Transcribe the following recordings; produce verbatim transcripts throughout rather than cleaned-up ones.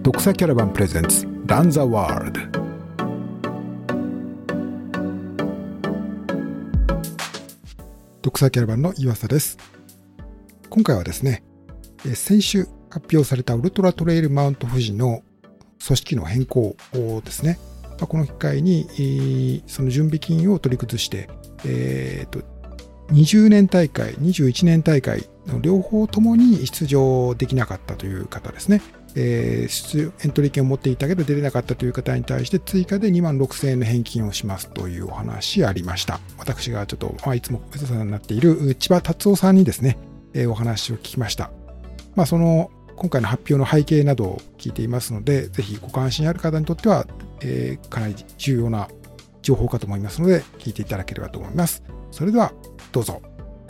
読者キャラバンプレゼンツランザワールド。読者キャラバンの岩佐です。今回はですね、先週発表されたウルトラトレイルマウント富士の組織の変更をですね、この機会にその準備金を取り崩して、えーと、にじゅうねん大会、にじゅういちねん大会の両方ともに出場できなかったという方ですね。えー、エントリー券を持っていたけど出れなかったという方に対して追加でにまんろくせんえんの返金をしますというお話ありました。私がちょっと、まあ、いつもお世話になっている千葉達夫さんにですね、えー、お話を聞きました。まあ、その今回の発表の背景などを聞いていますので、ぜひご関心ある方にとっては、えー、かなり重要な情報かと思いますので聞いていただければと思います。それではどうぞ。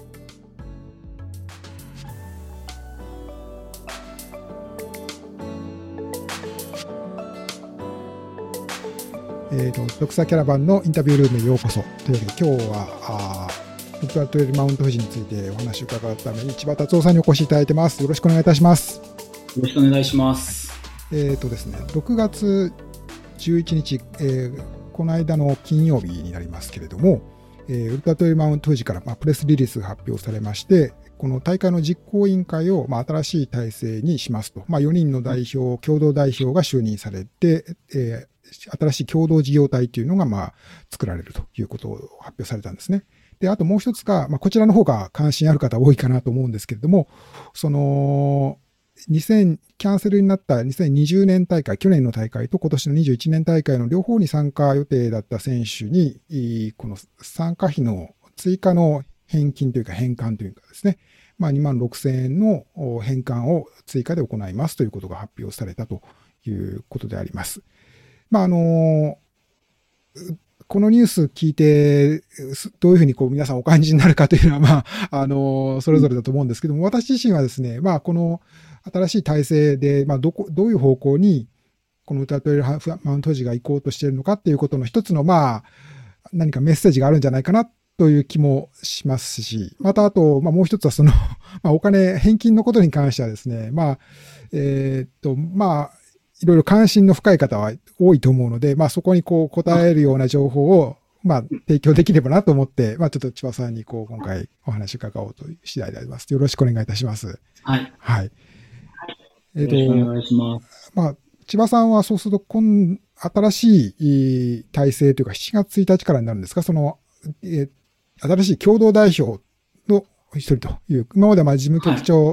えーと、読者キャラバンのインタビュールームへようこそというわけで、今日はウルトラトレイルマウント富士についてお話を伺うために千葉達夫さんにお越しいただいてます。よろしくお願いいたします。 よろしくお願いします。 えーとですね、ろくがつじゅういちにち、えー、この間の金曜日になりますけれども、えー、ウルトラトレイルマウント富士から、まあ、プレスリリースが発表されまして、この大会の実行委員会を、まあ、新しい体制にしますと、まあ、よにんの代表、共同代表が就任されて、えー新しい共同事業体というのがまあ作られるということを発表されたんですね。で、あともう一つが、まあ、こちらの方が関心ある方多いかなと思うんですけれども、そのにせんキャンセルになったにせんにじゅうねん大会、去年の大会と今年のにじゅういちねん大会の両方に参加予定だった選手に、この参加費の追加の返金というか返還というかですね、まあ、にまんろくせんえんの返還を追加で行いますということが発表されたということであります。まあ、あの、このニュース聞いて、どういうふうにこう皆さんお感じになるかというのは、まあ、あの、それぞれだと思うんですけども、私自身はですね、まあ、この新しい体制で、まあ、どこ、どういう方向に、このウルトラトレイルマウント富士が行こうとしているのかっていうことの一つの、まあ、何かメッセージがあるんじゃないかなという気もしますし、またあと、まあ、もう一つはその、まあ、お金、返金のことに関してはですね、まあ、えー、っと、まあ、いろいろ関心の深い方は多いと思うので、まあそこにこう答えるような情報を、まあ提供できればなと思って、まあちょっと千葉さんにこう今回お話を伺おうという次第であります。よろしくお願いいたします。 はい。 はい。 えっと、よろしくお願いします。 まあ千葉さんはそうすると今、新しい体制というかしちがつついたちからになるんですか、その、えー、新しい共同代表の一人という、今まではまあ事務局長、はい、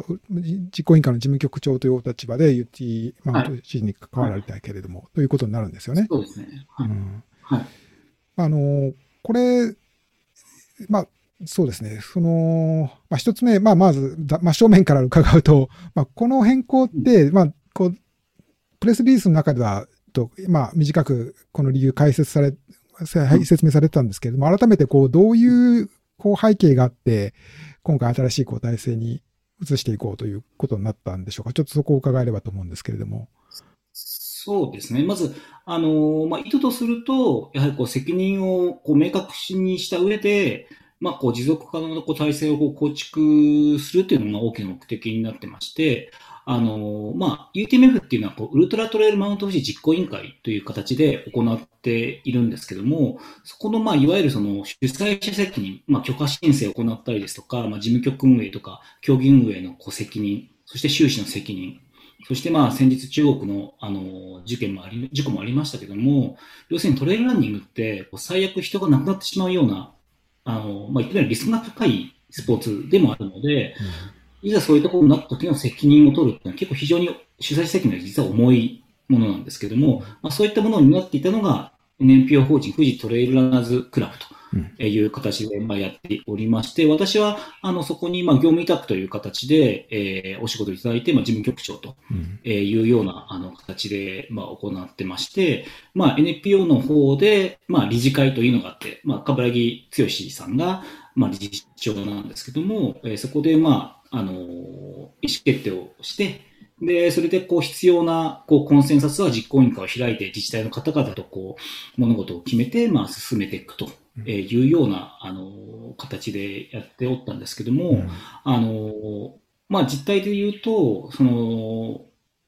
実行委員会の事務局長というお立場でユーティーマウント富士に関わられたけれども、はい、ということになるんですよね。 そうですね。はい。うん、はい。 あの、これ、まあ、そうですね。その、まあ一つ目、まあまず、真正面から伺うと、まあこの変更って、うん、まあ、こう、プレスリリースの中では、と、まあ短くこの理由解説され、説明されてたんですけれども、改めてこう、どういう、こう背景があって、今回新しいこう体制に移していこうということになったんでしょうか。ちょっとそこを伺えればと思うんですけれども。 そうですね。まず、あの、まあ、意図とすると、やはりこう責任をこう明確にした上で、まあ、こう持続可能なこう体制をこう構築するというのが大きな目的になってまして、あの、まあ、ユーティーエムエフ っていうのはこう、ウルトラトレイルマウント富士実行委員会という形で行っているんですけども、そこの、まあ、いわゆるその主催者責任、まあ、許可申請を行ったりですとか、まあ、事務局運営とか、競技運営のこう責任、そして収支の責任、そしてまあ、先日中国の、あの、事件もあり、事故もありましたけども、要するにトレイルランニングって、最悪人が亡くなってしまうような、あの、まあ、いわゆるリスクが高いスポーツでもあるので、うんいざそういうところになった時の責任を取るっていうのは結構非常に主催責任は実は重いものなんですけども、まあ、そういったものになっていたのが エヌピーオー 法人富士トレイルランナーズクラブという形でまあやっておりまして、私はあのそこにまあ業務委託という形で、えー、お仕事いただいてまあ事務局長というようなあの形でまあ行ってまして、まあ、エヌピーオー の方でまあ理事会というのがあって、まあ、冠城剛さんがまあ理事長なんですけども、えー、そこでまああの、意思決定をして、で、それでこう必要なこうコンセンサスは実行委員会を開いて自治体の方々とこう物事を決めて、まあ進めていくというような、あの、形でやっておったんですけども、うん、あの、まあ実態で言うと、その、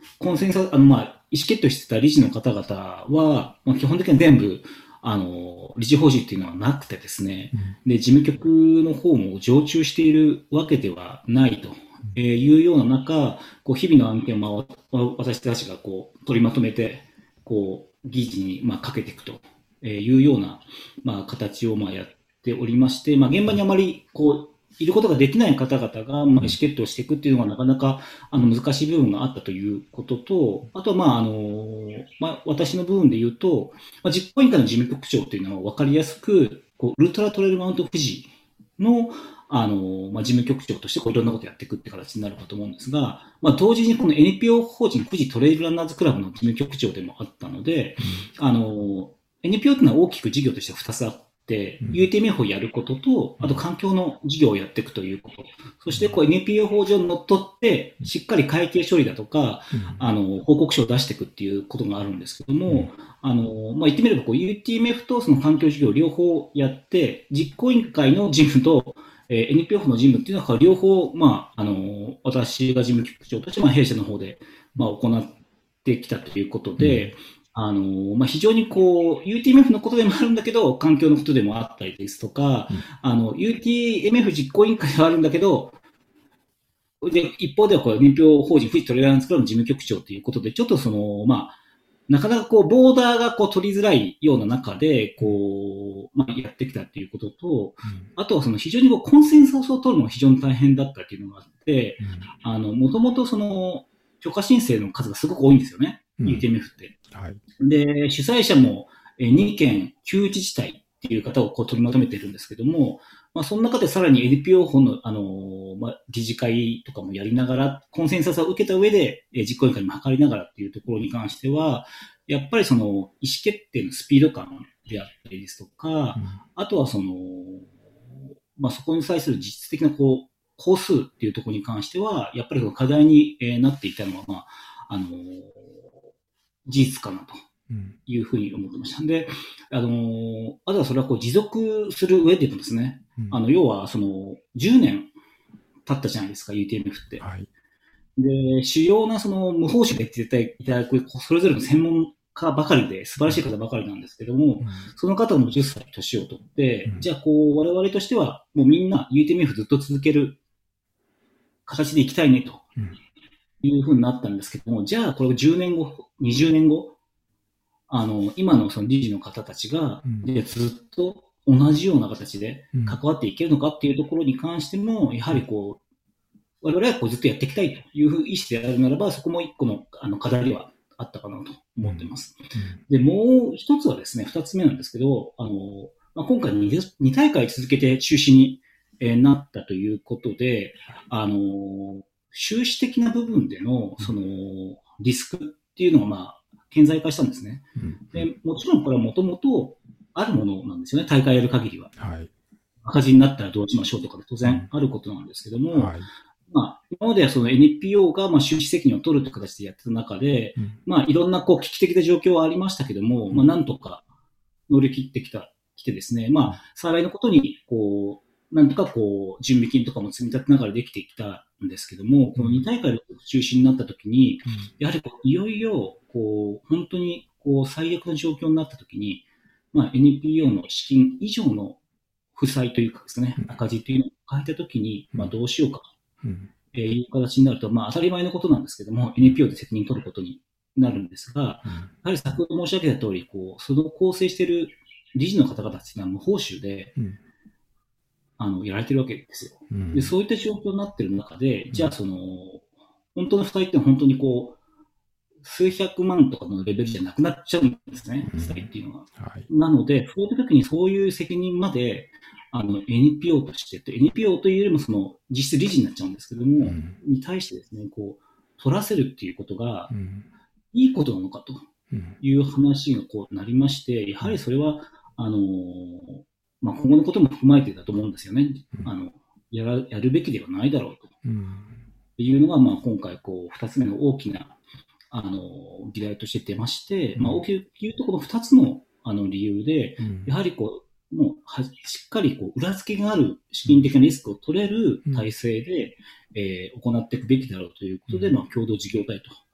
コンセンサス、あの、まあ、意思決定してた理事の方々は、まあ、基本的に全部、あの、理事方針っていうのはなくてですね、で、事務局の方も常駐しているわけではないというような中、こう、日々の案件を、まあ、私たちがこう、取りまとめて、こう、議事に、まあ、かけていくというような、まあ、形を、まあ、やっておりまして、まあ、現場にあまり、こう、いることができない方々が、まあ、意思決定をしていくっていうのがなかなかあの難しい部分があったということと、あとは、まあ、あの、まあ、私の部分で言うと、まあ、実行委員会の事務局長というのは分かりやすく、こうウルトラトレイルマウント富士の、あの、まあ、事務局長としてこういろんなことをやっていくって形になるかと思うんですが、まあ、同時にこの エヌピーオー 法人富士トレイルランナーズクラブの事務局長でもあったので、あの、エヌピーオー というのは大きく事業としてふたつあって、ユーティーエムエフ をやることと、あと環境の事業をやっていくということ。そしてこう エヌピーオー 法上にのっとって、しっかり会計処理だとか、あの、報告書を出していくっていうことがあるんですけども、あの、まあ、言ってみればこう ユーティーエムエフ とその環境事業両方やって、実行委員会の事務と、えー、エヌピーオー の事務っていうのは両方、まあ、あの、私が事務局長として、まあ、弊社の方で、まあ、行ってきたということで、うんあの、まあ、非常にこう、ユーティーエムエフ のことでもあるんだけど、環境のことでもあったりですとか、うん、あの、ユーティーエムエフ 実行委員会ではあるんだけど、で、一方ではこう、年表法人富士トレーラーズクラブの事務局長ということで、ちょっとその、まあ、なかなかこう、ボーダーがこう、取りづらいような中で、こう、まあ、やってきたということと、うん、あとはその非常にこう、コンセンサスを取るのが非常に大変だったというのがあって、うん、あの、もともとその、許可申請の数がすごく多いんですよね、うん、ユーティーエムエフ って。はい、で、主催者もにけんきゅう自治体っていう方をこう取りまとめているんですけども、まあ、その中でさらに エヌピーオー 法の、あの、まあ、理事会とかもやりながら、コンセンサスを受けた上で、実行委員会にも諮りながらっていうところに関しては、やっぱりその意思決定のスピード感であったりですとか、うん、あとはその、まあ、そこに際する実質的なこう、工数っていうところに関しては、やっぱりその課題になっていたのは、まあ、あの、事実かなというふうに思ってました。で、あの、あとはそれはこう持続する上でもですね、うん、あの、要はそのじゅうねん経ったじゃないですか、ユーティーエムエフ って。はい、で、主要なその無報酬で絶対いただく、それぞれの専門家ばかりで素晴らしい方ばかりなんですけども、うん、その方もじゅっさい年を取って、うん、じゃあこう、我々としてはもうみんな ユーティーエムエフ ずっと続ける形でいきたいねと。うんいうふうになったんですけども、じゃあこれじゅうねんご、にじゅうねんご、あの、今のその理事の方たちが、うん、でずっと同じような形で関わっていけるのかっていうところに関しても、やはりこう、我々はこうずっとやっていきたいという意思であるならば、そこも一個のあの課題ではあったかなと思っています。うんうん、で、もう一つはですね、二つ目なんですけど、あの、まあ、今回 2, 2大会続けて中止になったということで、あの、収支的な部分での、その、リスクっていうのを、まあ、顕在化したんですね。で、もちろんこれはもともとあるものなんですよね。大会やる限りは。はい。赤字になったらどうしましょうとかで当然あることなんですけども、うんはい、まあ、今まではその エヌピーオー が、まあ、収支責任を取るという形でやってた中で、うん、まあ、いろんな、こう、危機的な状況はありましたけども、うん、まあ、なんとか乗り切ってきた、きてですね、まあ、幸いのことに、こう、なんとかこう、準備金とかも積み立てながらできてきたんですけども、このに大会の中止になった時に、やはりこういよいよ、こう、本当にこう、最悪の状況になった時に、まあ、エヌピーオー の資金以上の負債というかですね、赤字というのを変えた時に、まあ、どうしようかという形になると、まあ、当たり前のことなんですけども、エヌピーオー で責任取ることになるんですが、やはり先ほど申し上げた通り、こう、その構成している理事の方々というのは無報酬で、あの、やられてるわけですよ。うん、で、そういった状況になってる中で、じゃあその、本当の負債って本当にこう、数百万とかのレベルじゃなくなっちゃうんですね、負債っていうのは。はい、なので、そういう時にそういう責任まで、あの、エヌピーオー として、エヌピーオー というよりもその、実質理事になっちゃうんですけども、うん、に対してですね、こう、取らせるっていうことが、いいことなのかという話がこうなりまして、やはりそれは、あのー、まあ、今後のことも踏まえてだと思うんですよね。うん、あのやら、やるべきではないだろうと。うん、いうのが、まあ、今回、こう、二つ目の大きな、あの、議題として出まして、うん、まあ、大きく言うと、この二つの、あの、理由で、うん、やはり、こう、もうは、しっかり、こう、裏付けがある資金的なリスクを取れる体制で、うん、えー、行っていくべきだろうということで、まあ、共同事業体と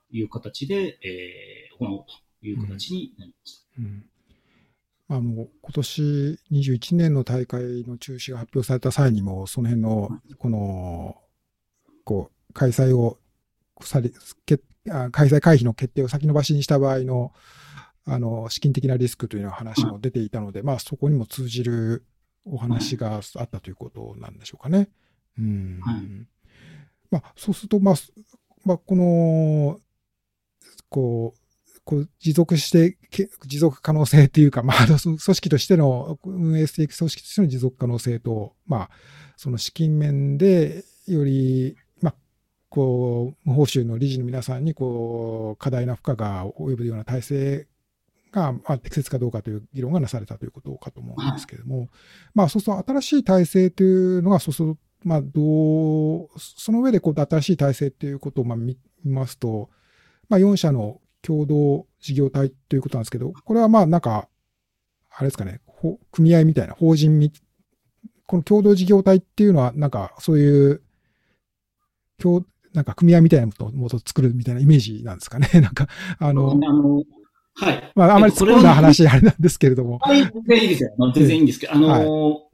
いう形で、えー、行おうという形になりました。 うんうん、あの今年にじゅういちねんの大会の中止が発表された際にも、その辺のこのこう開催をさりけ開催回避の決定を先延ばしにした場合のあの資金的なリスクというような話も出ていたので、まあ、そこにも通じるお話があったということなんでしょうかね。うんはい、 まあ、そうすると、まあまあ、このこうこう持続して、持続可能性というか、まあ、組織としての、運営していく組織としての持続可能性と、まあ、その資金面でより、まあ、こう、無報酬の理事の皆さんに、こう、過大な負荷が及ぶような体制が、まあ、適切かどうかという議論がなされたということかと思うんですけれども、まあ、そうすると新しい体制というのが、そうすると、まあ、どう、その上でこう新しい体制ということをまあ見ますと、まあ、よん社の共同事業体ということなんですけど、これはまあなんか、あれですかね、組合みたいな、法人み、この共同事業体っていうのは、なんかそういう、共なんか組合みたいなものを作るみたいなイメージなんですかね。なんか、あの、 あのはい。 まあ、あまり突っ込んだ話あれなんですけれども。 全然いいですよ。全然いいんですけど、あの、はい、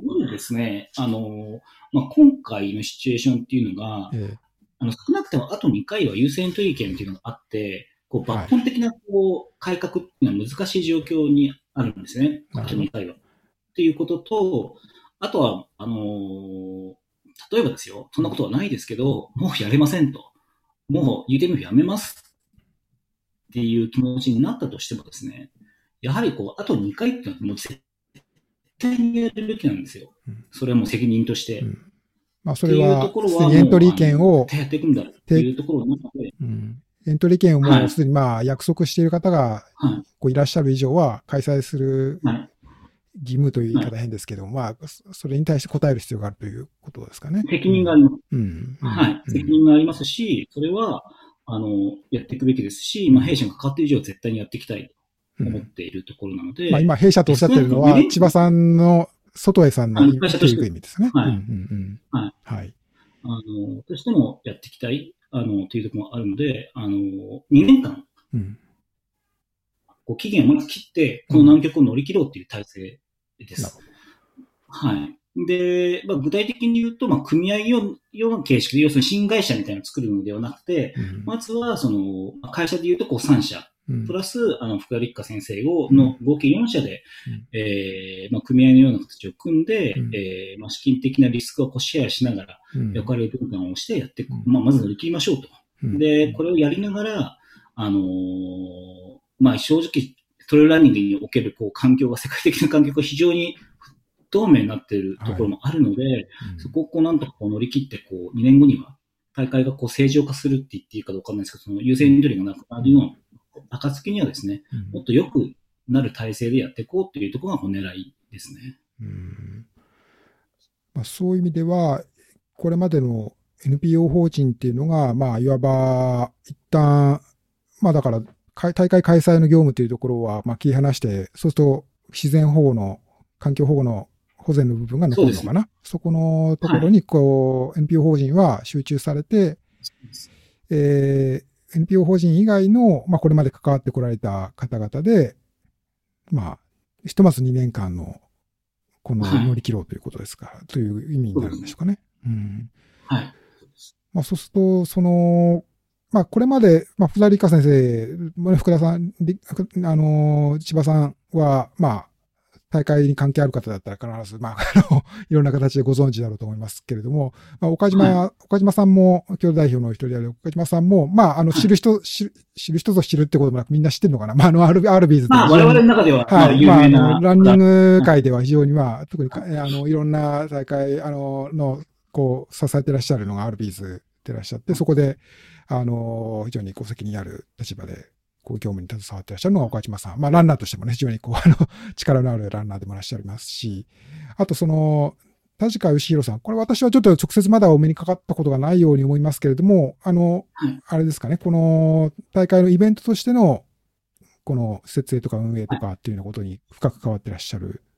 まずですね、あの、まあ、今回のシチュエーションっていうのが、ええ、あの少なくともあとにかいは優先取り権っていうのがあって、こう抜本的なこう改革っていうのは難しい状況にあるんですね。あとにかいは。っていうことと、あとは、あのー、例えばですよ、そんなことはないですけど、もうやれませんと。もう ユーティーエムエフ やめますっていう気持ちになったとしてもですね、やはりこう、あとにかいっていうのはもう絶対にやるべきなんですよ。それはもう責任として。うん、 まあ、それは、すでにエントリー権を、 やっていくんだっていうところなので、 うん、エントリー権をもうすでにまあ約束している方がこういらっしゃる以上は開催する義務という言い方変ですけども、まあ、それに対して答える必要があるということですかね。 責任があります。うんうん、はい。責任がありますし、それは、あの、やっていくべきですし、まあ、弊社が関わっている以上絶対にやっていきたいと思っているところなので。うん、 まあ、今、弊社とおっしゃってるのは、千葉さんの外江さんの意味という意味ですね。 はい。うんうんうんはい。はい。あの、としてもやっていきたい、あの、というところもあるので、あの、にねんかん、うん、こう期限をまず切って、この難局を乗り切ろうという体制です。うん、はい。で、まあ、具体的に言うと、まあ、組合用の形式で、要するに新会社みたいなのを作るのではなくて、うん、まずは、その、会社で言うと、こうさん社、うん、プラス、あの、福田立花先生を、の合計よん社で、うん、えー、まあ、組合のような形を組んで、うん、えー、まあ、資金的なリスクをこうシェアしながら、役割分担をしてやっていく。うん、まあ、まず乗り切りましょうと。うん、で、これをやりながら、あのー、まあ、正直、トレイルランニングにおける、こう、環境が、世界的な環境が非常に、不透明になっているところもあるので、はいうん、そこをこうなんとかこう乗り切って、こうにねんごには大会がこう正常化するって言っていいかどうかわかんないですけど、その優先取りがなくなるような暁にはですね、うん、もっと良くなる体制でやっていこうというところがこう狙いですね。 うんまあ、そういう意味では、これまでの エヌピーオー 法人っていうのが、まあ、いわば一旦、まあだから大会開催の業務というところはまあ切り離して、そうすると自然保護の環境保護の保全の部分が残るのかな。 そ, そこのところにこう、はい、エヌピーオー 法人は集中されて、えー、エヌピーオー 法人以外の、まあ、これまで関わってこられた方々で、まあ、ひとまずにねんかんのこの乗り切ろうということですか、はい、という意味になるんでしょうかね。うん。 はい。 まあ、そうすると、その、まあ、これまで、まあ、福田理香先生、福田さん、あの、千葉さんは、まあ、大会に関係ある方だったら必ず、まあ、あの、いろんな形でご存知だろうと思いますけれども、まあ、岡島、はい、岡島さんも、共同代表の一人である岡島さんも、まあ、あの、知る人、はい、知る、知る人ぞ知るってこともなくみんな知ってるのかな。まあ、あの、アールビーズで。 まあ、我々の中では、 はい、まあ、あの、ランニング界では非常に、まあ、特に、あの、いろんな大会、あの、の、こう、支えてらっしゃるのが アールビーズでいらっしゃって、そこで、あの、非常に功績にある立場で、こう業務に携わっていらっしゃるのが岡島さん。まあ、ランナーとしてもね、非常にこう、あの、力のあるランナーでもいらっしゃいますし、あとその、田近義弘さん。これ私はちょっと直接まだお目にかかったことがないように思いますけれども、あの、はい、あれですかね、この大会のイベントとしての、この設営とか運営とかっていうようなことに深く関わっていらっしゃる。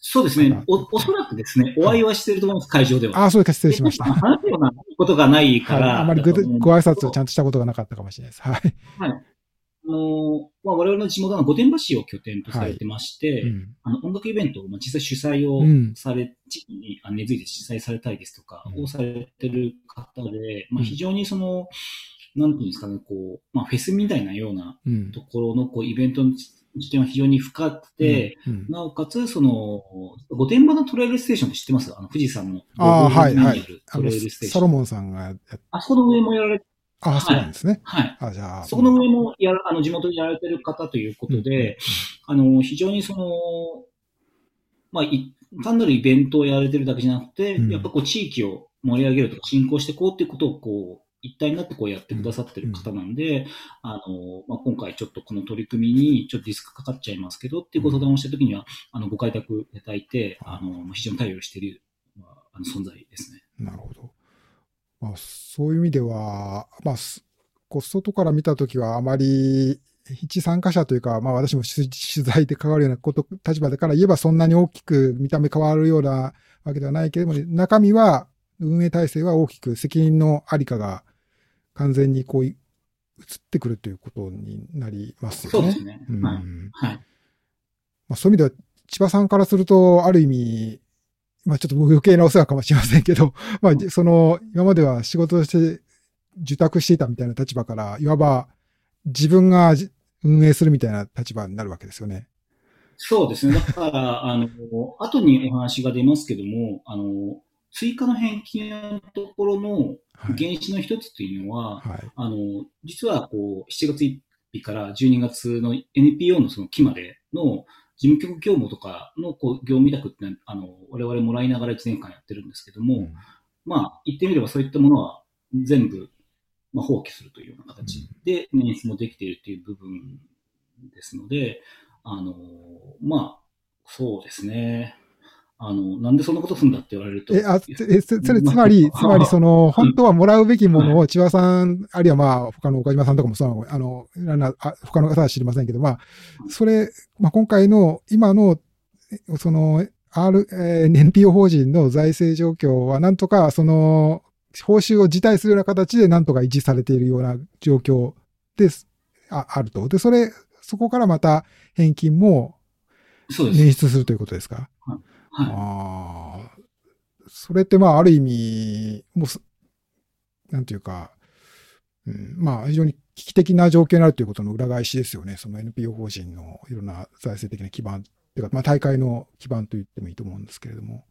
そうですね。お、おそらくですね、お会いはしてると思います、はい、会場では。 ああ、そういうか、失礼しました。 話すようなことがないから。 はい、あまりごご挨拶をちゃんとしたことがなかったかもしれないです。はい。 はい。あの、まあ、我々の地元の御殿場市を拠点とされてまして、はい、うん、あの音楽イベントを実際主催をされ、うん、地域に根付いて主催されたりですとかをされてる方で、うん、まあ、非常にその、なんていうんですかね、こう、まあ、フェスみたいなようなところのこうイベントの時点は非常に深くて、うんうん、なおかつ、その、御殿場のトレイルステーションって知ってます？あの、富士山のああ、はいはい。トレイルステーション。サロモンさんがやっあそこの上もやられて、 ああ、はい、そうなんですね。 はい。 あじゃあそこの上もやあの地元でやられてる方ということで、うんうんうん、あの、非常にその、まあ、い単なるイベントをやられてるだけじゃなくて、うん、やっぱこう地域を盛り上げるとか振興していこうっていうことをこう、一体になってこうやってくださってる方なんで、うん、あの、まあ、今回ちょっとこの取り組みにちょっとリスクかかっちゃいますけどっていうご相談をしたときには、あの、ご開拓いただいて、あの、非常に対応している、まあ、あの存在ですね。 なるほど。まあ、そういう意味では、まあ、こう外から見たときはあまり一参加者というか、まあ私も取材で関わるようなこと、立場でから言えばそんなに大きく見た目変わるようなわけではないけれども、中身は、運営体制は大きく責任のありかが完全にこう移ってくるということになりますよね。 そうですね。うん、はい。はい。 まあ、そういう意味では、千葉さんからすると、ある意味、まあちょっと余計なお世話かもしれませんけど、まあその、今までは仕事として受託していたみたいな立場から、いわば自分が運営するみたいな立場になるわけですよね。 そうですね。だから、あの、後にお話が出ますけども、あの、追加の返金のところの原資の一つというのは、はいはい、あの、実はこう、しちがつついたちからじゅうにがつの エヌピーオー のその期までの事務局業務とかのこう業務委託って、あの、我々もらいながらいちねんかんやってるんですけども、うん、まあ、言ってみればそういったものは全部、まあ、放棄するというような形で捻出もできているという部分ですので、あの、まあ、そうですね。あの、なんでそんなことするんだって言われると。 え、あ、え、それ、つまり、つまり、その、本当はもらうべきものを、千葉さん、あるいはまあ、他の岡島さんとかもそうなの、あの、他の方は知りませんけど、まあ、それ、まあ今回の、今の、その、R、えー、エヌピーオー 法人の財政状況は、なんとか、その、報酬を辞退するような形で、なんとか維持されているような状況です、あ、あると。で、それ、そこからまた返金も捻出するということですか？ はい。はい、 ああ。それってまあ、ある意味、もう、なんていうか、うん、まあ、非常に危機的な状況になるということの裏返しですよね。その エヌピーオー 法人のいろんな財政的な基盤、っていうか、まあ、大会の基盤と言ってもいいと思うんですけれども。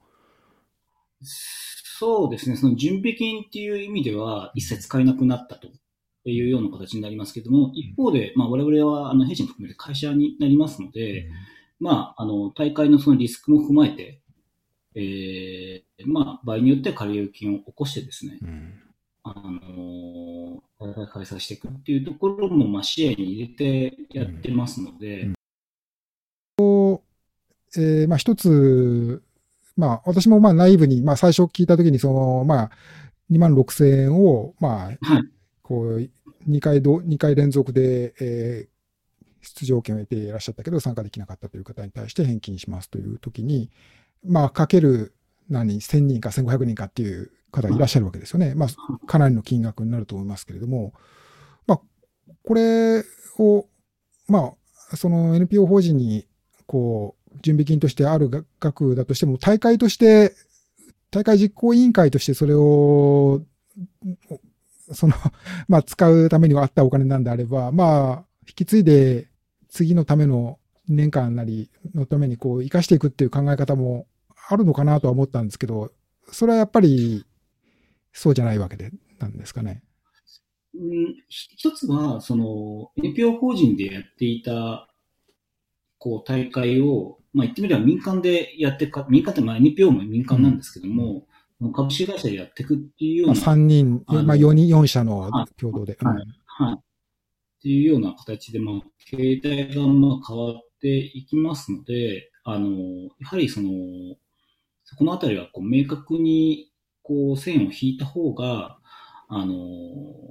そうですね。その準備金っていう意味では、一切使えなくなったというような形になりますけれども、一方で、まあ、我々は、あの、弊社も含めて会社になりますので、うん、まあ、あの、大会のそのリスクも踏まえて、えー、まあ、場合によっては借入金を起こしてですね、うん、あの、開催していくっていうところも、まあ、視野に入れてやってますので。うんうん、えー、まあ、一つ、まあ、私もまあ、内部に、まあ、最初聞いたときに、その、まあ、にまんろくせんえんを、まあ、はい、こう、にかいど、にかい連続で、えー、出場権を得ていらっしゃったけど、参加できなかったという方に対して返金しますというときに、まあ、かける、何、せんにんかせんごひゃくにんかっていう方がいらっしゃるわけですよね。まあ、かなりの金額になると思いますけれども、まあ、これを、まあ、その エヌピーオー 法人に、こう、準備金としてある額だとしても、大会として、大会実行委員会としてそれを、その、まあ、使うためにはあったお金なんであれば、まあ、引き継いで、次のためのにねんかんなりのために、こう、生かしていくっていう考え方もあるのかなとは思ったんですけど、それはやっぱり、そうじゃないわけで、なんですかね。 うん、一つは、その、エヌピーオー 法人でやっていた、こう、大会を、まあ、言ってみれば民間でやってか、民間って、まあ、エヌピーオー も民間なんですけども、うん、株式会社でやっていくっていうような。 まあ、さんにん、まあ、よにん、よん社の共同で。 はい。はい。はい、っていうような形で、まあ、携帯がまあ変わっていきますので、あの、やはりその、そこのあたりはこう明確にこう線を引いた方が、あの、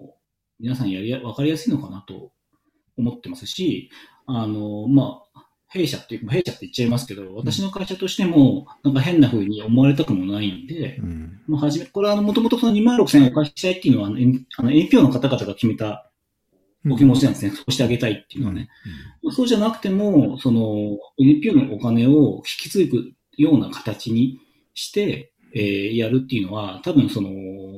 皆さんやりや、わかりやすいのかなと思ってますし、あの、まあ、 弊社っていう、弊社って言っちゃいますけど、私の会社としても、なんか変な風に思われたくもないんで、うん、もうはじめ、これはもともとそのにまんろくせんえんお貸ししたいっていうのは、あの、あの エヌピーオー の方々が決めたお気持ちなんですね。うん、そうしてあげたいっていうのはね。うんうん、そうじゃなくても、その エヌピーオー のお金を引き継ぐような形にして、えー、やるっていうのは、多分その、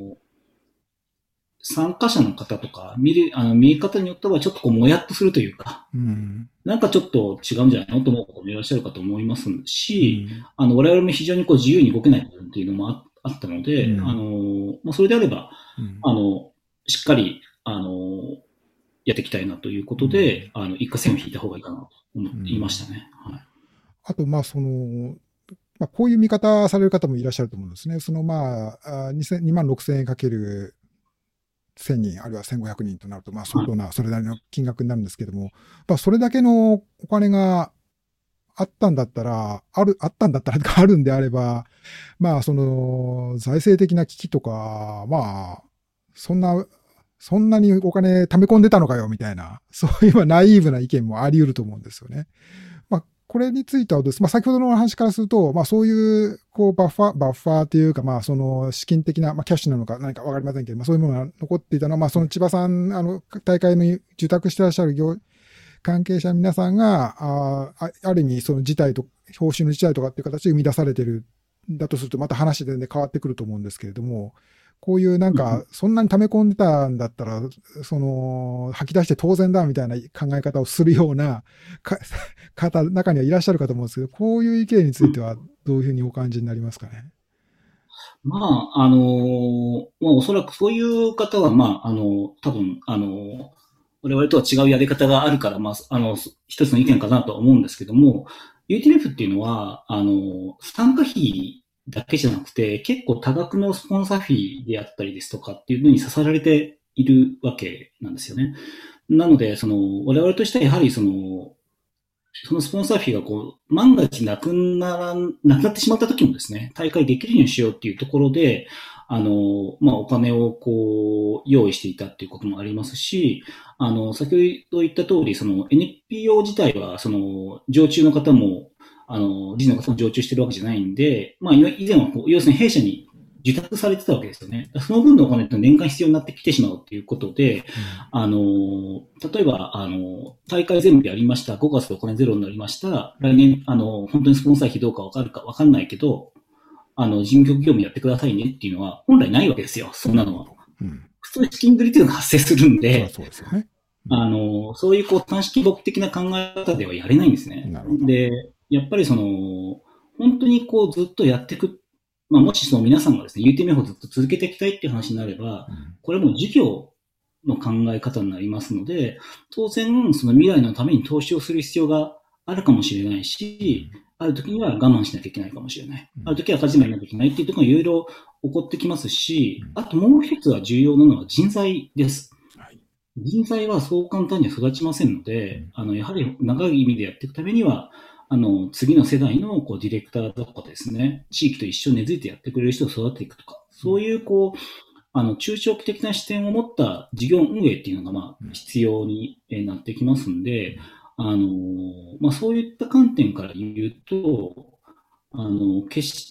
参加者の方とか、見る、あの、見え方によってはちょっとこう、もやっとするというか、うん、なんかちょっと違うんじゃないのと思う方もいらっしゃるかと思いますし、うん、あの、我々も非常にこう、自由に動けない部分っていうのも あ, あったので、うん、あの、まあ、それであれば、うん、あの、しっかり、あの、やっていきたいなということで、うん、あの、一過線を引いた方がいいかなと思っていましたね。うん、はい。 あと、まあ、その、まあ、こういう見方される方もいらっしゃると思うんですね。その、まあ、にまんろくせんえんかけるせんにん、あるいはせんごひゃくにんとなると、まあ、相当な、それなりの金額になるんですけども、まあ、それだけのお金があったんだったら、ある、あったんだったら、あるんであれば、まあ、その、財政的な危機とか、まあ、そんな、そんなにお金貯め込んでたのかよ、みたいな、そういうナイーブな意見もあり得ると思うんですよね。まあ、これについてはです、まあ、先ほどの話からすると、まあ、そういう、こう、バッファー、バッファーというか、まあ、その、資金的な、まあ、キャッシュなのか何かわかりませんけど、まあ、そういうものが残っていたのは、まあ、その千葉さん、あの、大会の受託してらっしゃる業、関係者の皆さんが、ああ、ある意味、その事態と、報酬の事態とかっていう形で生み出されてる、だとすると、また話で全然変わってくると思うんですけれども、こういうなんか、そんなに溜め込んでたんだったら、その、吐き出して当然だみたいな考え方をするような方、中にはいらっしゃるかと思うんですけど、こういう意見についてはどういうふうにお感じになりますかね。 まあ、あのー、まあ、おそらくそういう方は、まあ、あの、多分、あの、我々とは違うやり方があるから、まあ、あの、一つの意見かなとは思うんですけども、ユーティーエフ っていうのは、あの、参加費だけじゃなくて、結構多額のスポンサーフィーであったりですとかっていうのに支えられているわけなんですよね。なので、その、我々としてはやはりその、そのスポンサーフィーがこう、万が一なくなら、なくなってしまった時もですね、大会できるようにしようっていうところで、あの、まあ、お金をこう、用意していたっていうこともありますし、あの、先ほど言った通り、その エヌピーオー 自体は、その、常駐の方も、あの、理事の方も常駐してるわけじゃないんで、まあ、以前はこう、要するに弊社に受託されてたわけですよね。その分のお金って年間必要になってきてしまうということで、うん、あの、例えば、あの、大会全部やりました。ごがつでお金ゼロになりました。来年、あの、本当にスポンサー費どうかわかるかわかんないけど、あの、事務局業務やってくださいねっていうのは、本来ないわけですよ。そんなのは。うん、普通に資金繰りっていうのが発生するんで、 そうですよね。 うん、あの、そういうこう短期僕的な考え方ではやれないんですね。で、やっぱりその、本当にこうずっとやっていく。まあ、もしその皆さんがですね、ユーティーエムエフ をずっと続けていきたいっていう話になれば、うん、これはもう事業の考え方になりますので、当然、その未来のために投資をする必要があるかもしれないし、うん、ある時には我慢しなきゃいけないかもしれない。うん、ある時は赤字にならなきゃいけないっていうところがいろいろ起こってきますし、うん、あともう一つは重要なのは人材です。はい、人材はそう簡単には育ちませんので、うん、あの、やはり長い意味でやっていくためには、あの、次の世代のこうディレクターとかですね、地域と一緒に根付いてやってくれる人を育てていくとか、そういうこう、あの、中長期的な視点を持った事業運営っていうのが、まあ、必要になってきますんで、あの、まあ、そういった観点から言うと、あの、決して、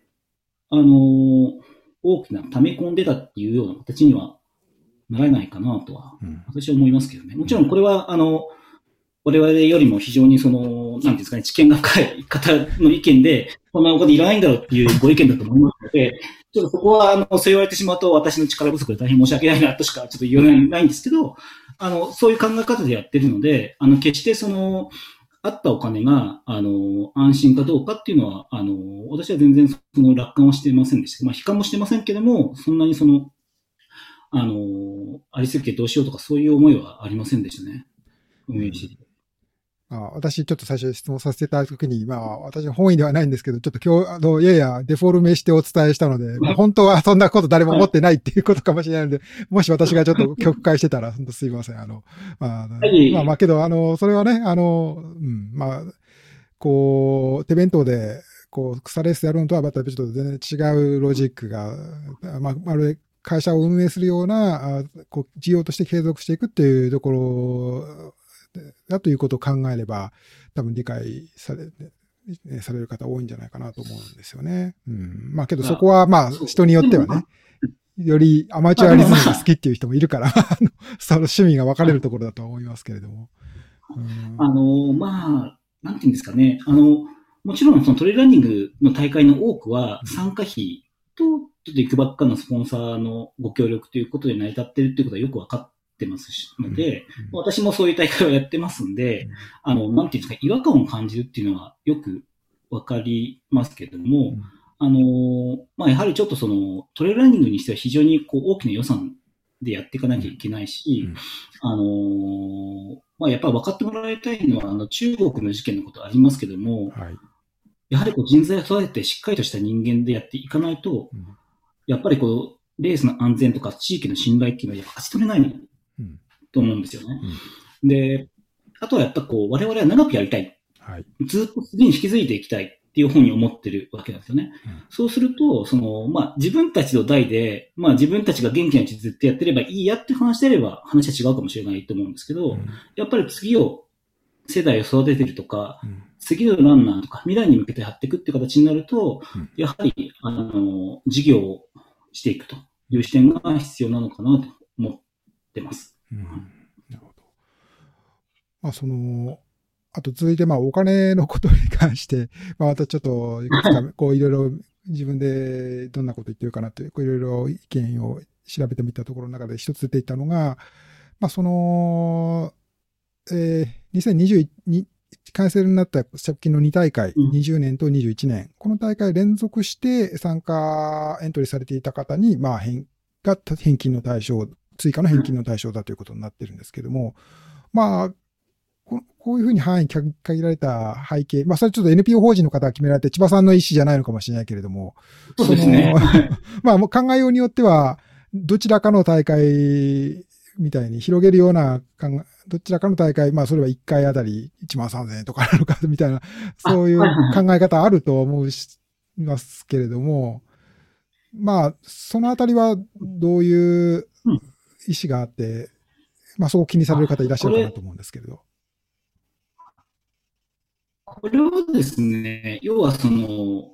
あの、大きな溜め込んでたっていうような形にはならないかなとは、私は思いますけどね。もちろんこれは、あの、我々よりも非常にその、なんていうんですかね、知見が深い方の意見で、こんなお金いらないんだろうっていうご意見だと思いますので、ちょっとそこは、あの、そう言われてしまうと私の力不足で大変申し訳ないなとしかちょっと言えないないんですけど、あの、そういう考え方でやってるので、あの、決してその、あったお金が、あの、安心かどうかっていうのは、あの、私は全然その楽観はしていませんでした。まあ、悲観もしてませんけども、そんなにその、あの、ありすぎてどうしようとかそういう思いはありませんでしたね。運営してて。 ああ、私ちょっと最初質問させていただくときに、まあ私の本意ではないんですけど、ちょっと今日、あの、ややデフォルメしてお伝えしたので、まあ、本当はそんなこと誰も思ってないっていうことかもしれないので、もし私がちょっと曲解してたら、本当すいません。あの、まあ、まあまあけど、あの、それはね、あの、うん、まあ、こう、手弁当で、こう、草レースやるのとはまたちょっと全然違うロジックが、まあ、まる会社を運営するような、こう、事業として継続していくっていうところ、だということを考えれば、 多分理解され、される方多いんじゃないかなと思うんですよね。うん。まあけどそこはまあ人によってはね、よりアマチュアリズムが好きっていう人もいるから、その趣味が分かれるところだと思いますけれども。 うん、あの、まあ、なんていうんですかね。あの、もちろんそのトレイルランニングの大会の多くは参加費と、ちょっといくばっかのスポンサーのご協力ということで成り立ってるっていうことはよく分かってますし、ので、うんうん、私もそういう大会をやってますんで、うん、あの、なんていうんですか、違和感を感じるっていうのはよく分かりますけれども、うんあの、まあ、やはりちょっとその、トレイルランニングにしては非常にこう大きな予算でやっていかなきゃいけないし、うん、あの、まあ、やっぱり分かってもらいたいのは、あの、中国の事件のことありますけども、はい、やはりこう人材を育ててしっかりとした人間でやっていかないと、うん、やっぱりこう、レースの安全とか地域の信頼っていうのはやっぱ勝ち取れないと思うんですよね。うん、で、あとはやっぱこう、我々は長くやりたい。はい、ずっと次に引き継いでいきたい。っていうふうに思ってるわけなんですよね。うん、そうすると、その、まあ、自分たちの代で、まあ、自分たちが元気なうちにずっとやってればいいやって話であれば、話は違うかもしれないと思うんですけど、うん、やっぱり次を、世代を育ててるとか、うん、次のランナーとか、未来に向けてやっていくっていう形になると、うん、やはり、あの、事業をしていくという視点が必要なのかなと思ってます。うん、なるほど。 まあ、その、あと続いて、まあ、お金のことに関して、まあ、またちょっと、いくつか、こう、いろいろ自分でどんなこと言ってるかなという、こういろいろ意見を調べてみたところの中で一つ出ていたのが、まあ、その、えー、にせんにじゅうに、開催になった直近のに大会、にじゅうねんとにじゅういちねん、この大会連続して参加、エントリーされていた方に、まあ、返、が返金の対象、追加の返金の対象だということになってるんですけども、まあ、こういうふうに範囲限られた背景、まあそれちょっと エヌピーオー 法人の方が決められて、千葉さんの意思じゃないのかもしれないけれども、 そうですね。 まあもう考えようによっては、どちらかの大会みたいに広げるような、どちらかの大会、まあそれはいっかいあたりいちまんさんぜんえんとかなのかみたいな、そういう考え方あると思いますけれども、まあそのあたりはどういう意思があって、まあそこを気にされる方いらっしゃるかなと思うんですけれど。 これはですね、要はその、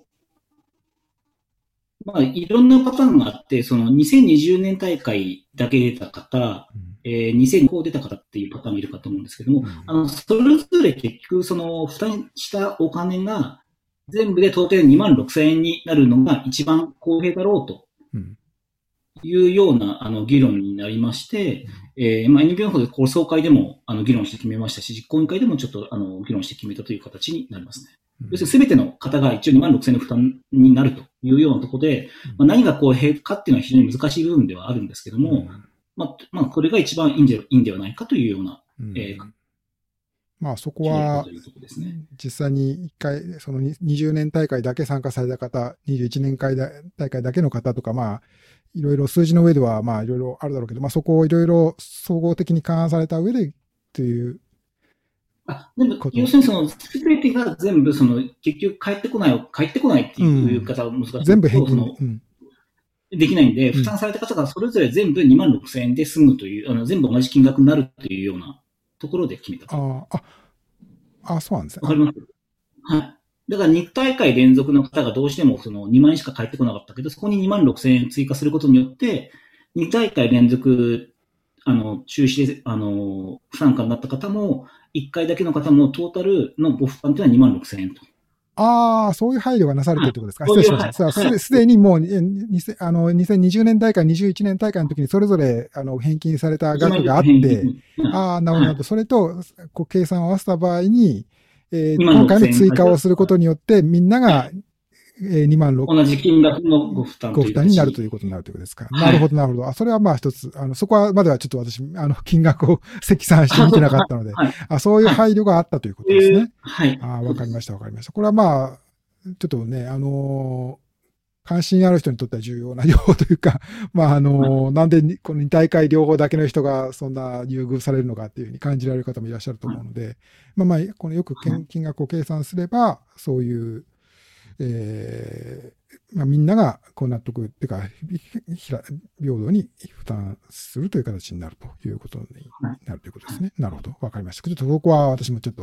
まあ、いろんなパターンがあって、そのにせんにじゅうねん大会だけ出た方、うん、えー、にせんに出た方っていうパターンもいるかと思うんですけども、うん、あの、それぞれ結局その負担したお金が全部でトータルにまんろくせんえんになるのが一番公平だろうと。うんいうようなあの議論になりまして、えー、まあ エヌピーオー の方でこれ総会でもあの議論して決めましたし、実行委員会でもちょっとあの議論して決めたという形になりますね。うん、要するに全ての方が一応にまんろくせんえんの負担になるというようなところで、まあ、何が公平かっていうのは非常に難しい部分ではあるんですけども、うん、まあ、まあ、これが一番いいんでいいんではないかというような、うん、えーまあそこは、実際にいっかい、そのにじゅうねん大会だけ参加された方、にじゅういちねん大会だけの方とか、まあ、いろいろ数字の上では、まあいろいろあるだろうけど、まあそこをいろいろ総合的に勘案された上で、という。 あ、でも、要するにその、すべてが全部その、結局帰ってこない、帰ってこないっていう言い方は難しい。 全部返金。 うんできないんで、負担された方がそれぞれ全部にまんろくせんえんで済むという、あの全部同じ金額になるというようなところで決めたと。 ああ、あ、そうなんですね。 わかります。はい。だからに大会連続の方がどうしてもそのにまんえんしか返ってこなかったけど、そこににまんろくせんえん追加することによって、に大会連続、あの、中止で、あの、不参加になった方も、いっかいだけの方もトータルのご負担というのはにまんろくせんえんと。 ああ、そういう配慮がなされているということですか。失礼しました。す、はい、すでにもう、あの、にせんにじゅうねん大会、にじゅういちねん大会の時にそれぞれ、あの、返金された額があって、ああ、なるほど、はい。それと、こう、計算を合わせた場合に、えー、今回の追加をすることによって、みんなが、えー、にまんろくせんえん。 同じ金額のご負担ご負担になるということになるということですか。はい、なるほど、なるほど。あ、それはまあ一つ、あの、そこはまではちょっと私、あの、金額を積算して見てなかったので、はい、あ、そういう配慮があったということですね。 はい。 あ、わかりました、わかりました。これはまあ、ちょっとね、あのー、関心ある人にとっては重要な情報というか、まあ、あのー、なんでこのに大会両方だけの人がそんな優遇されるのかっていうふうに感じられる方もいらっしゃると思うので、まあまあ、このよく金額を計算すれば、そういう、えー、まあみんながこう納得っていうか、平等に負担するという形になるということになるということですね。なるほど。わかりました。ちょっとそこは私もちょっと、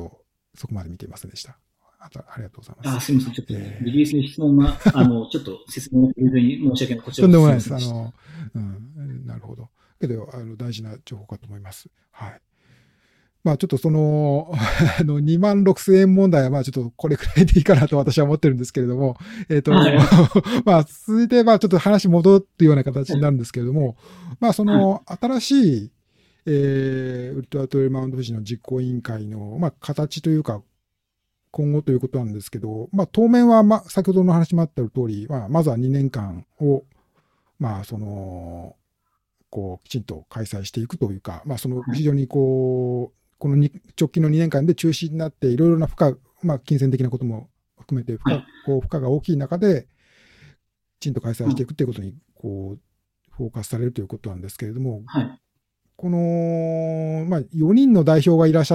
そこまで見ていませんでした。あとありがとうございまあ、 す。 すみません。ちょっと、 えー、 リリースの質問が、あの、ちょっと説明を入れずに申し訳ない。こちらとんでもないです。 すみませんでした。 あの、うん、なるほど。けど、あの、大事な情報かと思います。はい。まあちょっとその、あの、にまんろくせんえん問題はまあちょっとこれくらいでいいかなと私は思ってるんですけれども、えっと、 はい。 まあ続いてまあちょっと話戻ってような形になるんですけれども、まあその新しい、えー、ウルトラトレイルマウント富士の実行委員会の、まあ形というか、今後ということなんですけど、まあ当面はまあ先ほどの話もあった通り、まあまずはにねんかんを、まあその、こう、きちんと開催していくというか、まあ、その非常にこう、このに直近のにねんかんで中止になって、いろいろな負荷、まあ、金銭的なことも含めて負荷、こう負荷が大きい中で、きちんと開催していくということに、こう、フォーカスされるということなんですけれども、 はい。 この、まあ、よにんの代表がいらっしゃって、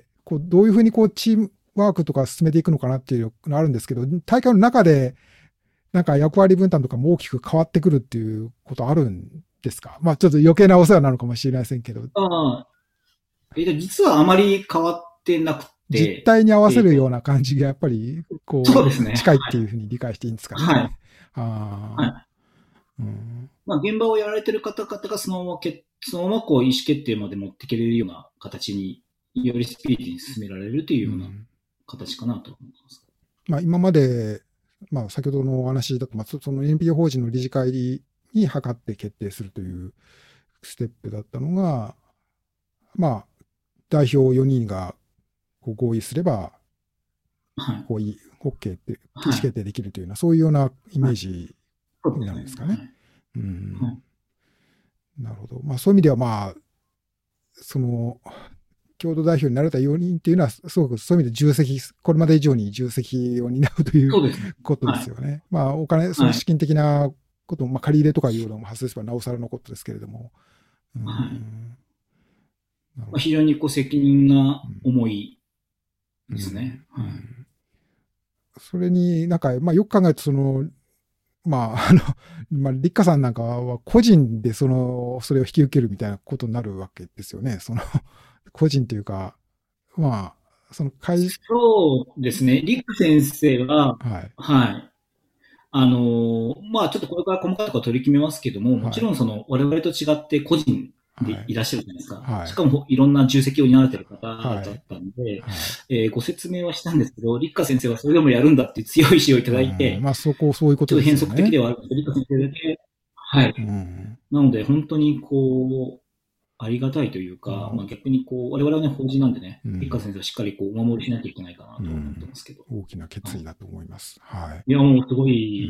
こうどういうふうにこうチームワークとか進めていくのかなっていうのがあるんですけど、大会の中で、なんか役割分担とかも大きく変わってくるっていうことあるんですか？まあちょっと余計なお世話なのかもしれませんけど。 ああ、えっと、実はあまり変わってなく実て、 態に合わせえっと、 るような感じがやっぱり、こう、 そうですね。 近いっていうふうに理解していいんですかね。 はい。はああ、 い。 うん、 まあ、現場をやられてる方々がそのままけ、そのままこう意思決定まで持っていけれるような形に、よりスピーディーに進められるというような形かなと思います。 まあ今まで、まあ先ほどのお話だと、まあその エヌピーオー 法人の理事会に諮って決定するというステップだったのが、まあ代表よにんがこう合意すれば、 はい。 こういい、OK って、意はい。 思決定できるというような、そういうようなイメはい。 ージにそうですね。 なるんですかね。 はい。 うはい。 ん。なるほど。まあそういう意味ではまあ、その、共同代表になれたよにんっていうのは、すごくそういう意味で重責、これまで以上に重責を担うというそうですね。 ことではい。 すよね。まあお金、そのはい。 資金的なことも、まあ借り入れとかいうのも発生すればなおさらのことですけれども。うはい。 ん。なるほまあ、 ど。 非常にこう責任が重いうん。 ですね。 うはい。 ん。それになんか、まあよく考えると、その、まあ、あの、まあ、立花さんなんかは個人でその、それを引き受けるみたいなことになるわけですよね。その、個人というか、まあ、その会、 そうですね。リック先生は、 はい、 はい。あの、まあちょっとこれから細かいところ取り決めますけども、もはい、 ちろんその我々と違って個人ではい、 いらっしゃるじゃないですか。 はい、 しかもいろんな重責を担われている方だっはい、 たんで、 はい。 えーご説明はしたんですけど、立花先生はそれでもやるんだっていう強い意志をいたうだいん、 て、 まあ、そこ、そういうことでちょっと変則的すよね。 ではあるんですけど、立花先生だけ、はい。 うん。 なので本当にこう、ありがたいというか、 まあ、 まあ、逆にこう、我々はね、法人なんでね、 うん、 立花先生はしっかりこう、お守りしなきゃいけないかなとは思ってうん。 ますけど。 大きなはい。 決意だと思います。はい。 いや、もうすごうん、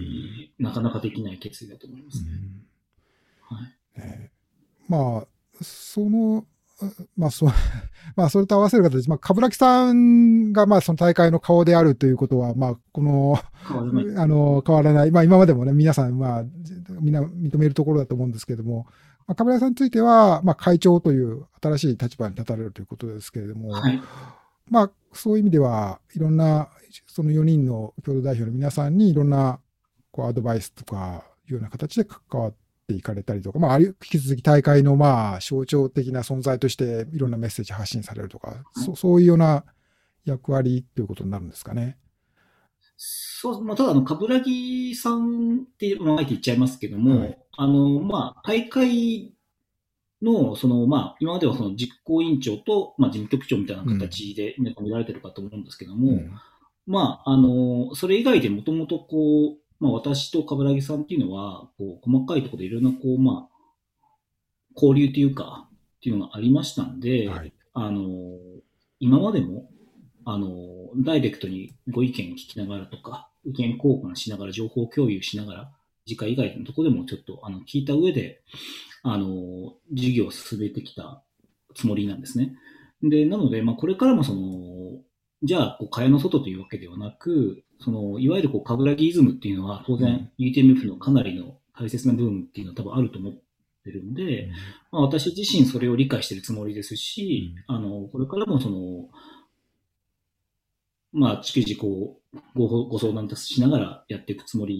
い、なかなかできない決意だと思いますね。 うん。 はい。 ね、まあ、その、まあ、そう、まあ、それと合わせる形で、まあ、かぶらきさんが、まあ、その大会の顔であるということは、まあ、この、 変わらない。 あの、変わらない。まあ、今までもね、皆さん、まあ、みんな認めるところだと思うんですけれども、まあ、かぶらきさんについては、まあ、会長という新しい立場に立たれるということですけれども、 はい。 まあ、そういう意味では、いろんな、そのよにんの共同代表の皆さんに、いろんな、こう、アドバイスとか、いうような形で関わっていかれたりとか、まあ、あるいは引き続き大会の、まあ、象徴的な存在として、いろんなメッセージ発信されるとか、そそういうような役割ということになるんですかね。 そう、まあ、ただ、あの、冠城さんって、まあ、あえて言っちゃいますけどはい。 も、あの、まあ、大会の、その、まあ、今まではその実行委員長と、まあ、事務局長みたいなうん。 形で皆さん見られてるかと思うんですけども、 うん。 まあ、あの、それ以外でもともとこう、まあ、私と冠城さんっていうのは、こう、細かいところでいろんな、こう、まあ、交流というか、っていうのがありましたんで、 はい。 あの、今までも、あの、ダイレクトにご意見聞きながらとか、意見交換しながら、情報共有しながら、次回以外のところでもちょっと、あの、聞いた上で、あの、授業を進めてきたつもりなんですね。で、なので、まあ、これからもその、じゃあ、こう、蚊帳の外というわけではなく、その、いわゆるこう、カグラギイズムっていうのは、当然、 うん。 ユーティーエムエフ のかなりの大切な部分っていうのは多分あると思ってるんで、 うん。 まあ、私自身それを理解しているつもりですし、 うん。 あの、これからもその、まあ、逐次こう、ご、ご相談しながらやっていくつもり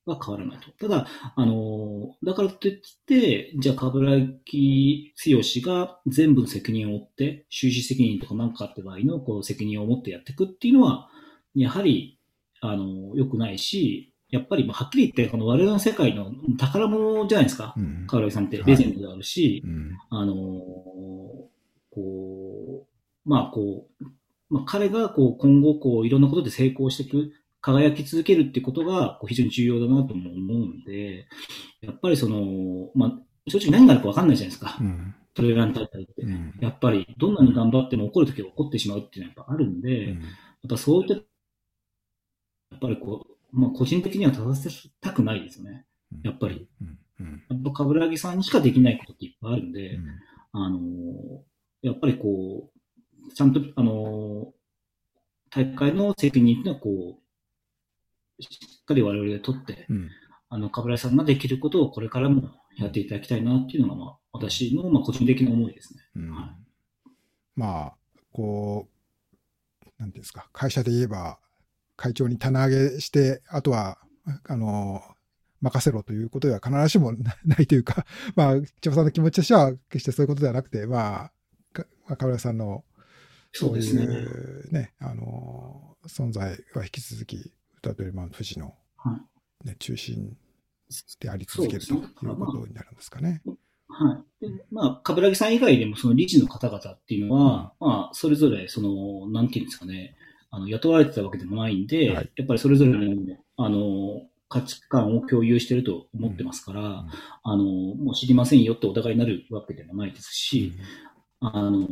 は変わらないと。ただ、あの、だからといって、じゃあ、冠城剛が全部の責任を負って、収支責任とか何かあった場合のこう責任を持ってやっていくっていうのは、やはり、あの、良くないし、やっぱり、はっきり言って、この我々の世界の宝物じゃないですか。 うん、 冠城さんってレジェンドであるし、 はい、うん、 あの、こう、まあ、こう、まあ、彼がこう今後こういろんなことで成功していく、輝き続けるっていうことがこう非常に重要だなとも思うんで、やっぱりその、まあ、正直何があるか分かんないじゃないですか。 うん、 トレーラン大会って、 うん。 やっぱりどんなに頑張っても起こるときは起こってしまうっていうのはやっぱあるんで、 うん、 やっぱそういった、やっぱりこう、まあ、個人的には立たせたくないですよね。やっぱり。 うん、うん、 やっぱ冠城さんにしかできないことっていっぱいあるんで、 うん、 あの、やっぱりこう、ちゃんと、あの、大会の責任っていうのはこう、しっかり我々で取って、 うん、 あの、冠城さんができることをこれからもやっていただきたいなっていうのが、まあ、私の、まあ、個人的な思いですね。 うん。 はい。 まあ、こう、なんていうんですか、会社で言えば、会長に棚上げして、あとは、あの、任せろということでは必ずしもないというか、まあ、千葉さんの気持ちとしては決してそういうことではなくて、まあ、冠城さんのそういそうですね。 うね、あの、存在は引き続き、歌とりマウント富士の、 はい。 ね、中心であり続けるとそうですね。だかいうらまことになるんですかね。 あ、はい。で、まあ、冠城さん以外でもその理事の方々っていうのうん、 は、まあ、それぞれ、その、なんていうんですかね、あの、雇われてたわけでもないんで、 はい。 やっぱりそれぞれの、あの、価値観を共有していると思ってうん、 ますから、 うん、 あの、もう知りませんよってお互いになるわけでもないですし、 うん、 あの、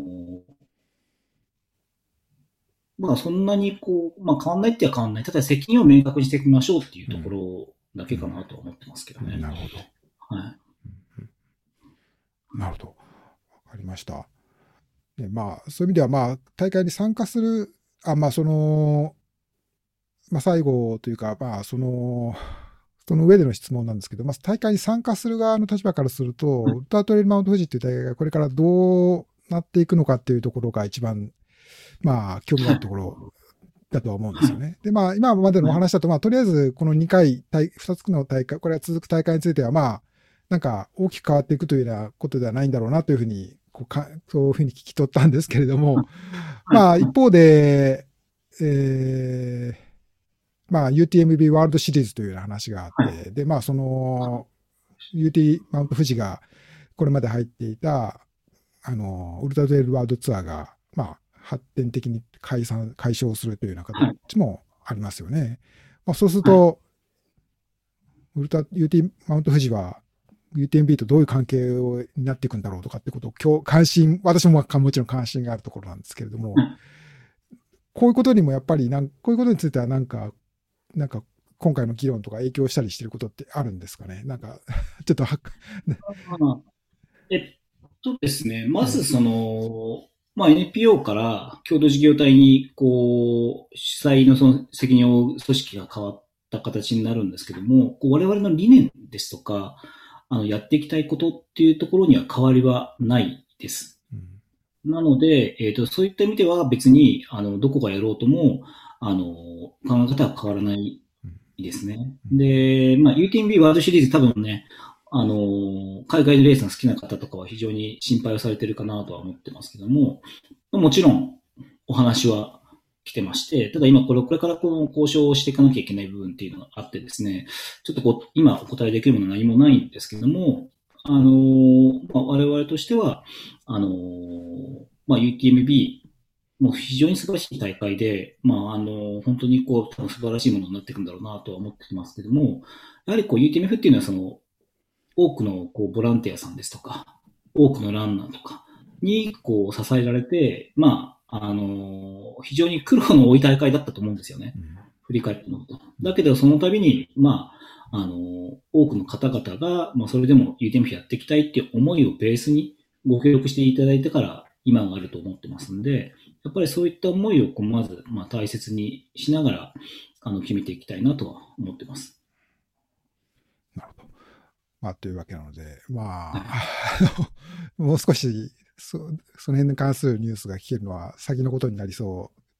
まあそんなにこう、まあ変わんないっては変わんない。ただ責任を明確にしていきましょうっていうとこうん、 ろだけかなとは思ってますけどうん、 ね。 なるほど。 はい。 うん、なるほど。わかりました。で、まあ、そういう意味では、まあ、大会に参加する、あ、まあ、その、まあ、最後というか、まあ、その、その上での質問なんですけど、まあ、大会に参加する側の立場からすると、ウルトラトレイルマウント富士っていう大会がこれからどうなっていくのかっていうところが一番、まあ、興味があるところだとは思うんですよね。で、まあ、今までのお話だと、まあ、とりあえずこのにかい、ふたつの大会、これが続く大会については、まあ、なんか大きく変わっていくというようなことではないんだろうなというふうに、こうかそういうふうに聞き取ったんですけれども、まあ、一方で、えー、まあ、ユーティーエムビー ワールドシリーズというような話があっはい。 て、で、まあ、その、ユーティー マウント富士がこれまで入っていた、あの、ウルトラトレイルワールドツアーが、まあ、発展的に解散、解消するというような形はい。 もありますよね。まあ、そうするはい。 と、ウルトラ ユーティー マウント富士は ユーティーエムビー とどういう関係をになっていくんだろうとかってことを今日関心、私ももちろん関心があるところなんですけれども、こういうことにもやっぱりなん、こういうことについてはなんか、なんか今回の議論とか影響したりしてることってあるんですかね。なんか、ちょっとは、 まあ、えっとですね、まずね、 その、まあ エヌピーオー から共同事業体に、こう、主催のその責任を組織が変わった形になるんですけども、こう我々の理念ですとか、あの、やっていきたいことっていうところには変わりはないです。 うん、 なので、えっと、そういった意味では別に、あの、どこがやろうとも、あの、考え方は変わらないうん、 ですね。 うん、 で、まあ、ユーティーエムビー ワールドシリーズ多分ね、あの、海外のレースが好きな方とかは非常に心配をされてるかなとは思ってますけども、もちろんお話は来てまして、ただ今これ、これからこの交渉をしていかなきゃいけない部分っていうのがあってですね、ちょっとこう、今お答えできるものは何もないんですけども、あの、まあ、我々としては、あの、まあ、ユーティーエムビー、もう非常に素晴らしい大会で、まあ、あの、本当にこう、多分素晴らしいものになっていくんだろうなとは思ってますけども、やはりこう、ユーティーエムエフ っていうのはその、多くのこうボランティアさんですとか、多くのランナーとかにこう支えられて、まあ、あの、非常に苦労の多い大会だったと思うんですよね。 うん、 振り返ってみると。だけど、その度に、まあ、あの、多くの方々が、まあ、それでも ユーティーエムエフ やっていきたいっていう思いをベースにご協力していただいてから今があると思ってますんで、やっぱりそういった思いをこうまず、まあ、大切にしながら、あの、決めていきたいなとは思ってます。 なるほど。まあ、というわけなので、まあ、 はい。 あのもう少しそ、その辺に関するニュースが聞けるのは先のことになりそう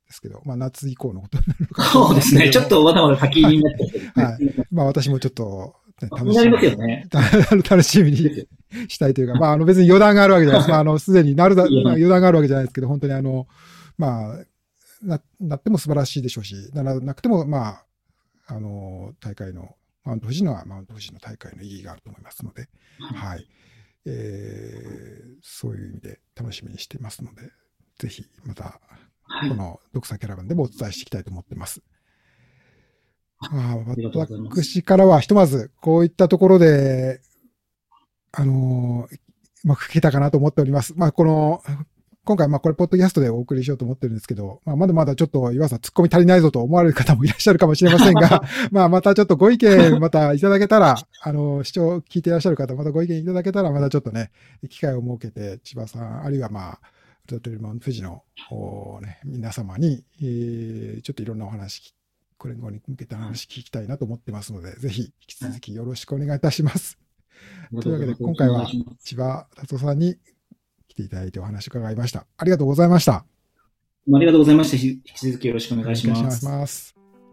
ですけど、まあ夏以降のことになるのかそうですね。ちょっとまだまだ先になってる、 はい。はい。まあ私もちょっと、 楽しみに、ね、 楽しみにしたいというか、まああの別に余談があるわけじゃないです。まああのすでになるだ、余談があるわけじゃないですけど、本当にあの、まあ、な、なっても素晴らしいでしょうし、ならなくても、まあ、あの、大会の、マウント富士のはマウント富士の大会の意義があると思いますので、はい。えー、そういう意味で楽しみにしていますので、ぜひまた、この読者キャラバンでもお伝えしていきたいと思っています。まあ、私からはひとまず、こういったところで、あの、うまく聞けたかなと思っております。まあ、この、今回、まあこれ、ポッドキャストでお送りしようと思ってるんですけど、まあまだまだちょっと岩さん突っ込み足りないぞと思われる方もいらっしゃるかもしれませんが、まあまたちょっとご意見またいただけたら、あの、視聴聞いていらっしゃる方、またご意見いただけたら、またちょっとね、機会を設けて、千葉さん、あるいはまあ、ウルトラトレイルマウント富士の、ね、皆様に、えー、ちょっといろんなお話、これ後に向けた話聞きたいなと思ってますので、ぜひ引き続きよろしくお願いいたします。というわけで、今回は千葉達夫さんに来ていただいてお話を伺いました。ありがとうございました。 ありがとうございました。引き続きよろしくお願いします。 お願いします。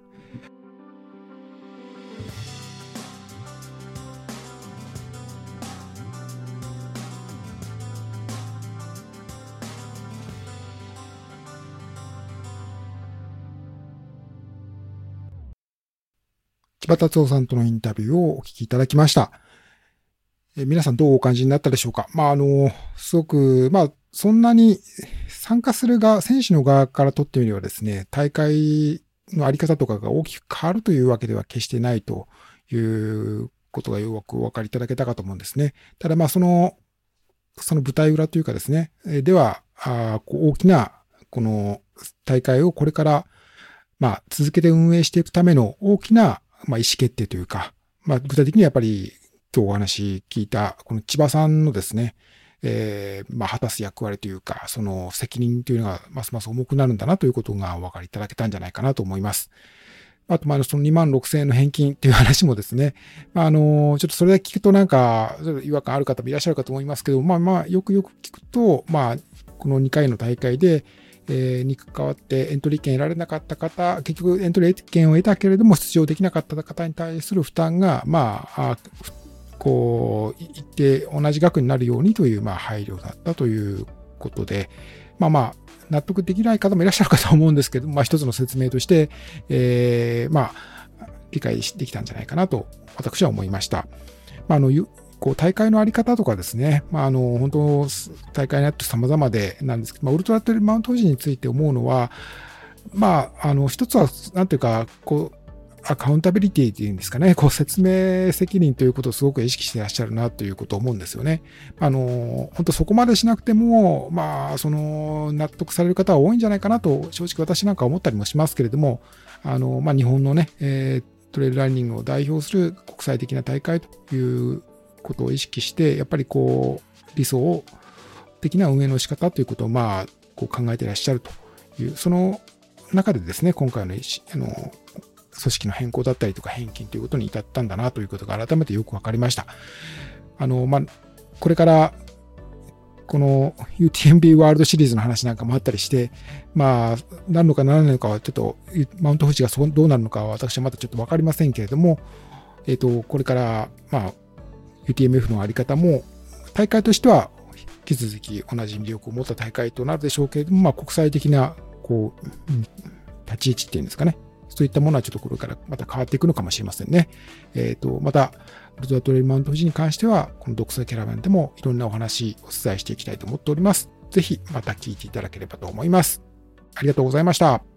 千葉達夫さんとのインタビューをお聞きいただきました。え皆さんどうお感じになったでしょうか。まあ、あの、すごく、まあ、そんなに参加する側、選手の側からとってみればですね、大会のあり方とかが大きく変わるというわけでは決してないということがよくお分かりいただけたかと思うんですね。ただまあ、その、その舞台裏というかですね、では、あ大きな、この大会をこれから、まあ、続けて運営していくための大きな、まあ、意思決定というか、まあ、具体的にはやっぱり、今日お話聞いた、この千葉さんのですね、えー、まあ、果たす役割というか、その責任というのがますます重くなるんだなということがお分かりいただけたんじゃないかなと思います。あと、まあ、そのにまんろくせんえんの返金っていう話もですね、あの、ちょっとそれだけ聞くとなんか、違和感ある方もいらっしゃるかと思いますけど、まあまあ、よくよく聞くと、まあ、このにかいの大会で、えー、に関わってエントリー権得られなかった方、結局エントリー権を得たけれども出場できなかった方に対する負担が、まあ、こう、一定同じ額になるようにという、まあ、配慮だったということで、まあまあ、納得できない方もいらっしゃるかと思うんですけど、まあ一つの説明として、えー、まあ、理解できたんじゃないかなと、私は思いました。まあ、あの、こう大会のあり方とかですね、まあ、あの、本当、大会になって様々でなんですけど、まあ、ウルトラトレイルマウント富士について思うのは、まあ、あの、一つは、なんていうか、こう、アカウンタビリティっていうんですかね、こう説明責任ということをすごく意識していらっしゃるなということを思うんですよね。あの、本当そこまでしなくても、まあ、その、納得される方は多いんじゃないかなと、正直私なんか思ったりもしますけれども、あの、まあ、日本のね、えー、トレイルランニングを代表する国際的な大会ということを意識して、やっぱりこう、理想的な運営の仕方ということを、まあ、こう考えていらっしゃるという、その中でですね、今回の、あの、組織の変更だったりとか返金ということに至ったんだなということが改めてよくわかりました。あの、まあ、これから、この ユーティーエムビー ワールドシリーズの話なんかもあったりして、まあ、なるのかならないのかはちょっと、マウント富士がどうなるのかは私はまだちょっとわかりませんけれども、えっと、これから、まあ、ユーティーエムエフ のあり方も、大会としては、引き続き同じ魅力を持った大会となるでしょうけれども、まあ、国際的な、こう、立ち位置っていうんですかね。そういったものはちょっとこれからまた変わっていくのかもしれませんね。えっと、また、ウルトラトレイルマウント富士に関しては、この独裁キャラバンでもいろんなお話をお伝えしていきたいと思っております。ぜひまた聞いていただければと思います。ありがとうございました。